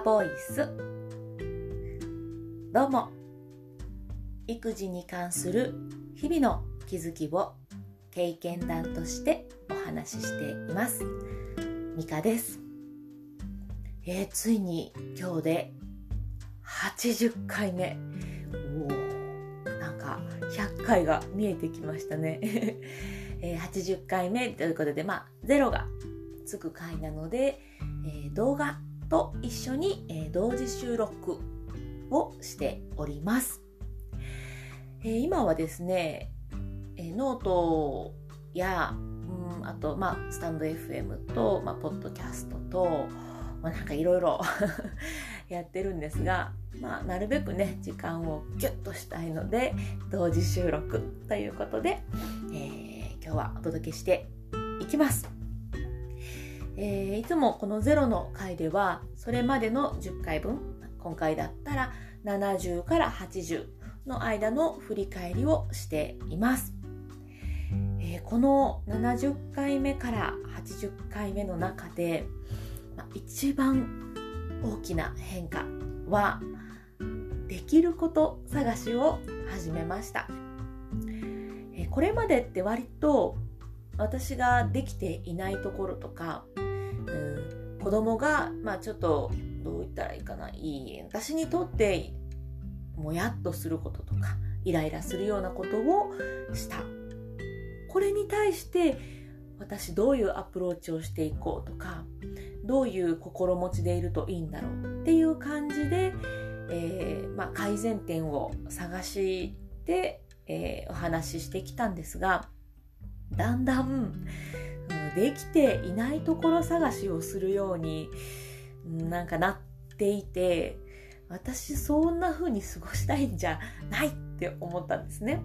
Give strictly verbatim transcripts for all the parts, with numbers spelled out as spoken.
ボイス。どうも、育児に関する日々の気づきを経験談としてお話ししていますミカです。えー、ついに今日ではちじゅっかいめ。おー、なんかひゃっかいが見えてきましたね、えー、はちじゅっかいめということで、まあゼロがつく回なので、えー、動画と一緒に、えー、同時収録をしております。えー、今はですね、えー、ノートや、うん、あと、まあ、スタンド エフエム と、まあ、ポッドキャストと、まあ、なんかいろいろやってるんですが、まあ、なるべくね、時間をギュッとしたいので、同時収録ということで、えー、今日はお届けしていきます。えー、いつもこのゼロの回ではそれまでのじゅっかいぶん、今回だったらななじゅうからはちじゅうの間の振り返りをしています。えー、このななじゅっかいめからはちじゅっかいめの中で、まあ、一番大きな変化はできること探しを始めました。えー、これまでって割と私ができていないところとか、うん、子供が、まあちょっとどう言ったらいいかな、いい私にとってもやっとすることとかイライラするようなことをした。これに対して私どういうアプローチをしていこうとか、どういう心持ちでいるといいんだろうっていう感じで、えーまあ、改善点を探して、えー、お話ししてきたんですが、だんだんできていないところ探しをするようになんかなっていて、私そんな風に過ごしたいんじゃないって思ったんですね。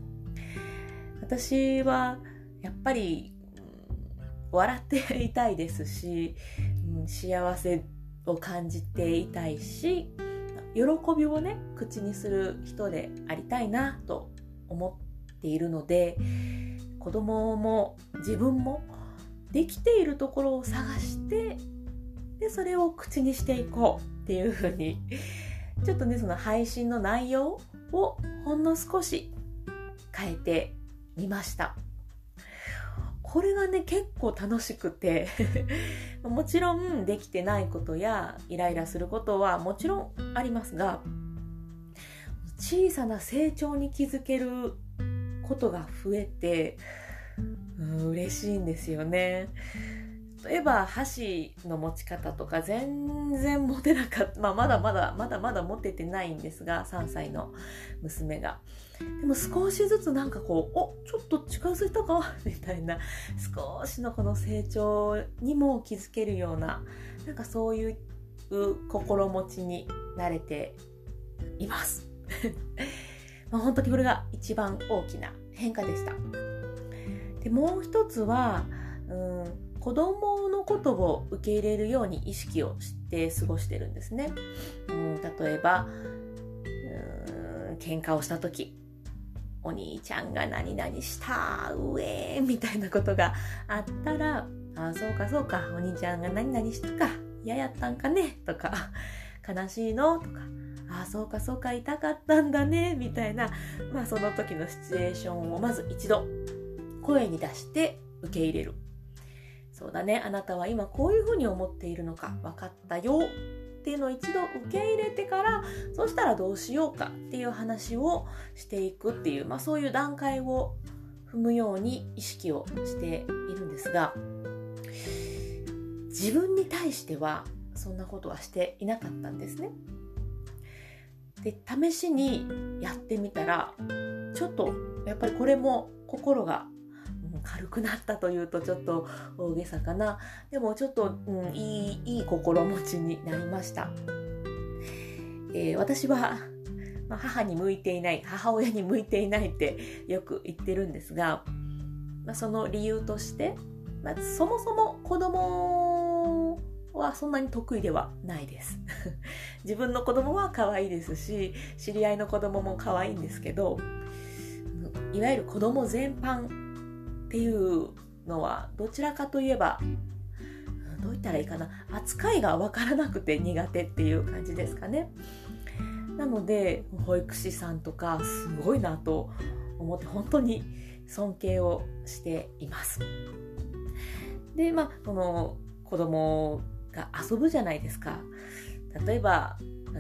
私はやっぱり、うん、笑っていたいですし、うん、幸せを感じていたいし、喜びをね口にする人でありたいなと思っているので、子供も自分もできているところを探して、でそれを口にしていこうっていう風に、ちょっとねその配信の内容をほんの少し変えてみました。これがね結構楽しくてもちろんできてないことやイライラすることはもちろんありますが、小さな成長に気づけることが増えて、うん、嬉しいんですよね。例えば箸の持ち方とか全然持てなかった、まあ、まだまだまだまだ持ててないんですが、さんさいの娘がでも少しずつなんかこう、おちょっと近づいたかみたいな、少しのこの成長にも気づけるような、なんかそういう心持ちに慣れていますまあ本当にこれが一番大きな変化でした。でもう一つは、うん、子供のことを受け入れるように意識をして過ごしてるんですね。うん、例えば、うん、喧嘩をした時、お兄ちゃんが何々したうえーみたいなことがあったら、あ、そうかそうか、お兄ちゃんが何々したか、嫌やったんかねとか、悲しいのとか、あ、そうかそうか、痛かったんだねみたいな、まあその時のシチュエーションをまず一度声に出して受け入れる。そうだね、あなたは今こういうふうに思っているのか、分かったよっていうのを一度受け入れてから、そうしたらどうしようかっていう話をしていくっていう、まあそういう段階を踏むように意識をしているんですが、自分に対してはそんなことはしていなかったんですね。で、試しにやってみたら、ちょっとやっぱりこれも心が軽くなったというとちょっと大げさかな。でもちょっと、うん、いい、いい心持ちになりました。えー、私は、まあ、母に向いていない、母親に向いていないってよく言ってるんですが、まあ、その理由として、まあ、そもそも子供はそんなに得意ではないです自分の子供は可愛いですし、知り合いの子供も可愛いんですけど、いわゆる子供全般っていうのはどちらかといえばどう言ったらいいかな、扱いが分からなくて苦手っていう感じですかね。なので保育士さんとかすごいなと思って本当に尊敬をしています。で、まあその子供が遊ぶじゃないですか。例えば、うん、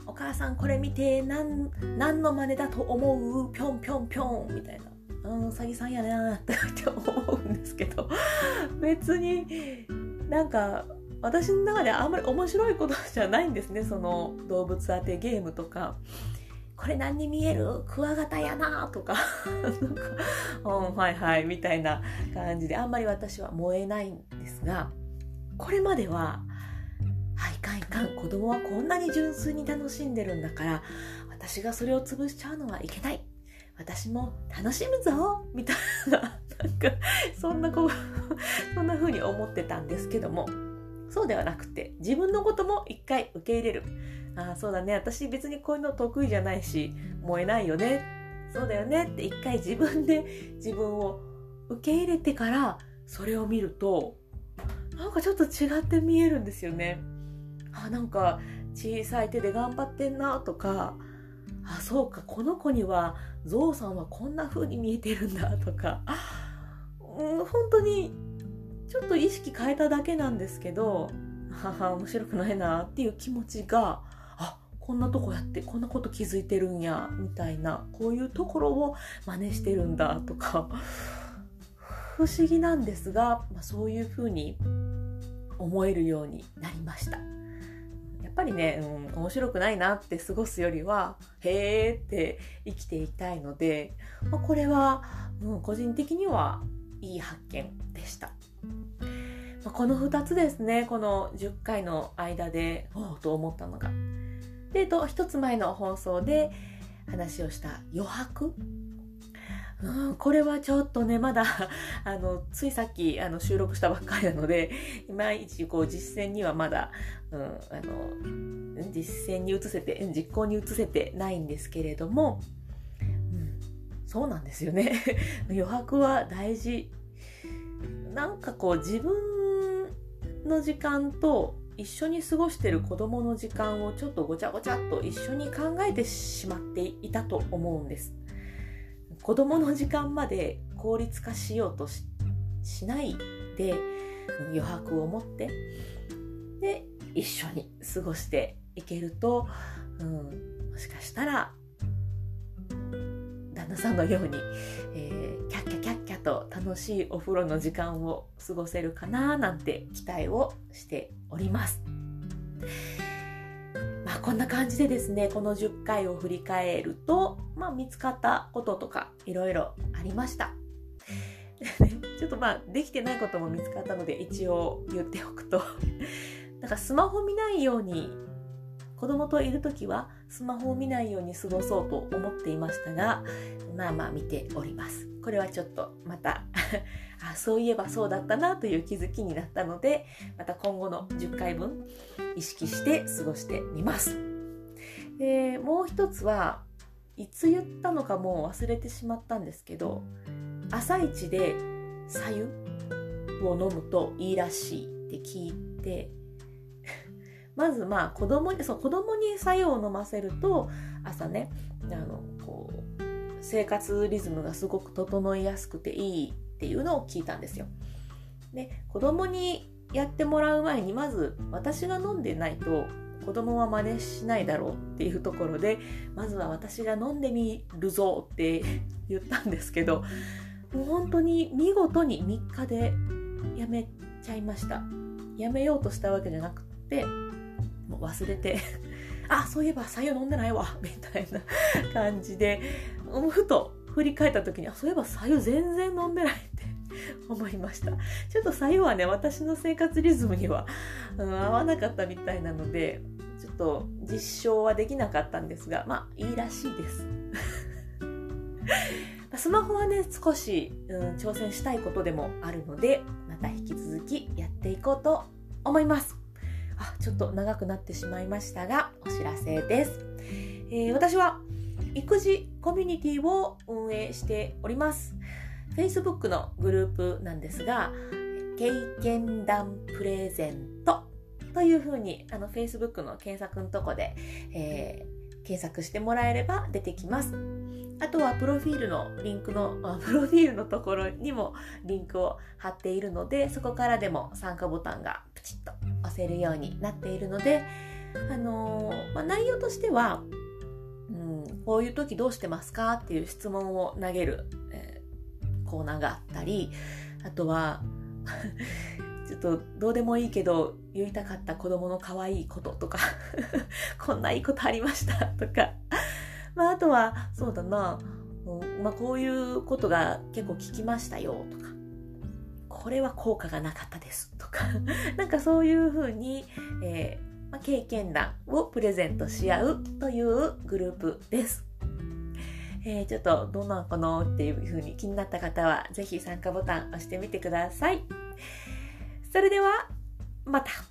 お母さんこれ見て、なん何の真似だと思う、ぴょんぴょんぴょんみたいな、うん、うさぎさんやなって思うんですけど、別になんか私の中ではあんまり面白いことじゃないんですね。その動物当てゲームとか、これ何に見える、クワガタやなとかなんか、うん、はいはいみたいな感じであんまり私は燃えないんですが、これまでは、はい、いかんいかん、子供はこんなに純粋に楽しんでるんだから私がそれを潰しちゃうのはいけない、私も楽しむぞみたいな、なんかそんなこうそんな風に思ってたんですけども、そうではなくて、自分のことも一回受け入れる。ああそうだね、私別にこういうの得意じゃないし燃えないよね、そうだよねって一回自分で自分を受け入れてからそれを見ると、なんかちょっと違って見えるんですよね。あ、なんか小さい手で頑張ってんなとか、あ、そうか、この子にはゾウさんはこんな風に見えてるんだとか、うん、本当にちょっと意識変えただけなんですけど、はは面白くないなっていう気持ちが、あ、こんなとこやってこんなこと気づいてるんやみたいな、こういうところを真似してるんだとか、不思議なんですが、まあ、そういう風に思えるようになりました。やっぱりね、うん、面白くないなって過ごすよりはへーって生きていたいので、まあ、これは、うん、個人的にはいい発見でした。まあ、このふたつですね、このじゅっかいの間でおーと思ったのが。で、とひとつまえの放送で話をした余白、うん、これはちょっとね、まだあのついさっきあの収録したばっかりなので、いまいちこう実践にはまだ、うん、あの実践に移せて実行に移せてないんですけれども、うん、そうなんですよね余白は大事。なんかこう自分の時間と一緒に過ごしてる子供の時間をちょっとごちゃごちゃっと一緒に考えてしまっていたと思うんです。子供の時間まで効率化しようと し, しないで余白を持ってで一緒に過ごしていけると、うん、もしかしたら旦那さんのように、えー、キャッキャキャッキャと楽しいお風呂の時間を過ごせるかななんて期待をしております。まあ、こんな感じでですね、このじゅっかいを振り返ると、まあ、見つかったこととかいろいろありましたちょっとまあできてないことも見つかったので一応言っておくとなんかスマホ見ないように、子供といるときはスマホを見ないように過ごそうと思っていましたが、まあまあ見ております。これはちょっとまたあ、そういえばそうだったなという気づきになったので、また今後のじゅっかいぶん意識して過ごしてみます。で、もう一つはいつ言ったのかもう忘れてしまったんですけど、朝一で白湯を飲むといいらしいって聞いてまずまあ子供にそう子供に白湯を飲ませると朝ね、あのこう生活リズムがすごく整いやすくていいっていうのを聞いたんですよ。で、子供にやってもらう前にまず私が飲んでないと子供は真似しないだろうっていうところで、まずは私が飲んでみるぞって言ったんですけど、もう本当に見事にみっかでやめちゃいました。やめようとしたわけじゃなくて、もう忘れてあ、そういえば白湯飲んでないわみたいな感じで、ふと振り返った時に、あ、そういえば白湯全然飲んでないって思いました。ちょっと白湯はね、私の生活リズムには、うん、合わなかったみたいなので、ちょっと実証はできなかったんですが、まあいいらしいですスマホはね、少し、うん、挑戦したいことでもあるので、また引き続きやっていこうと思います。あ、ちょっと長くなってしまいましたが、お知らせです。えー、私は育児コミュニティを運営しております。Facebook のグループなんですが、 経験談プレゼントというふうにあの Facebook の検索のとこで、えー、検索してもらえれば出てきます。あとはプロフィールのリンクのあプロフィールのところにもリンクを貼っているので、そこからでも参加ボタンがプチッと押せるようになっているので、あのーまあ、内容としては、うん、こういう時どうしてますかっていう質問を投げる、えー、コーナーがあったり、あとはちょっとどうでもいいけど言いたかった子供の可愛いこととかこんないいことありましたとか、まあ、あとはそうだな、うんまあ、こういうことが結構聞きましたよとか、これは効果がなかったですとかなんかそういうふうに、えーまあ、経験談をプレゼントし合うというグループです。えー、ちょっとどんなのかなっていうふうに気になった方はぜひ参加ボタン押してみてください。それではまた。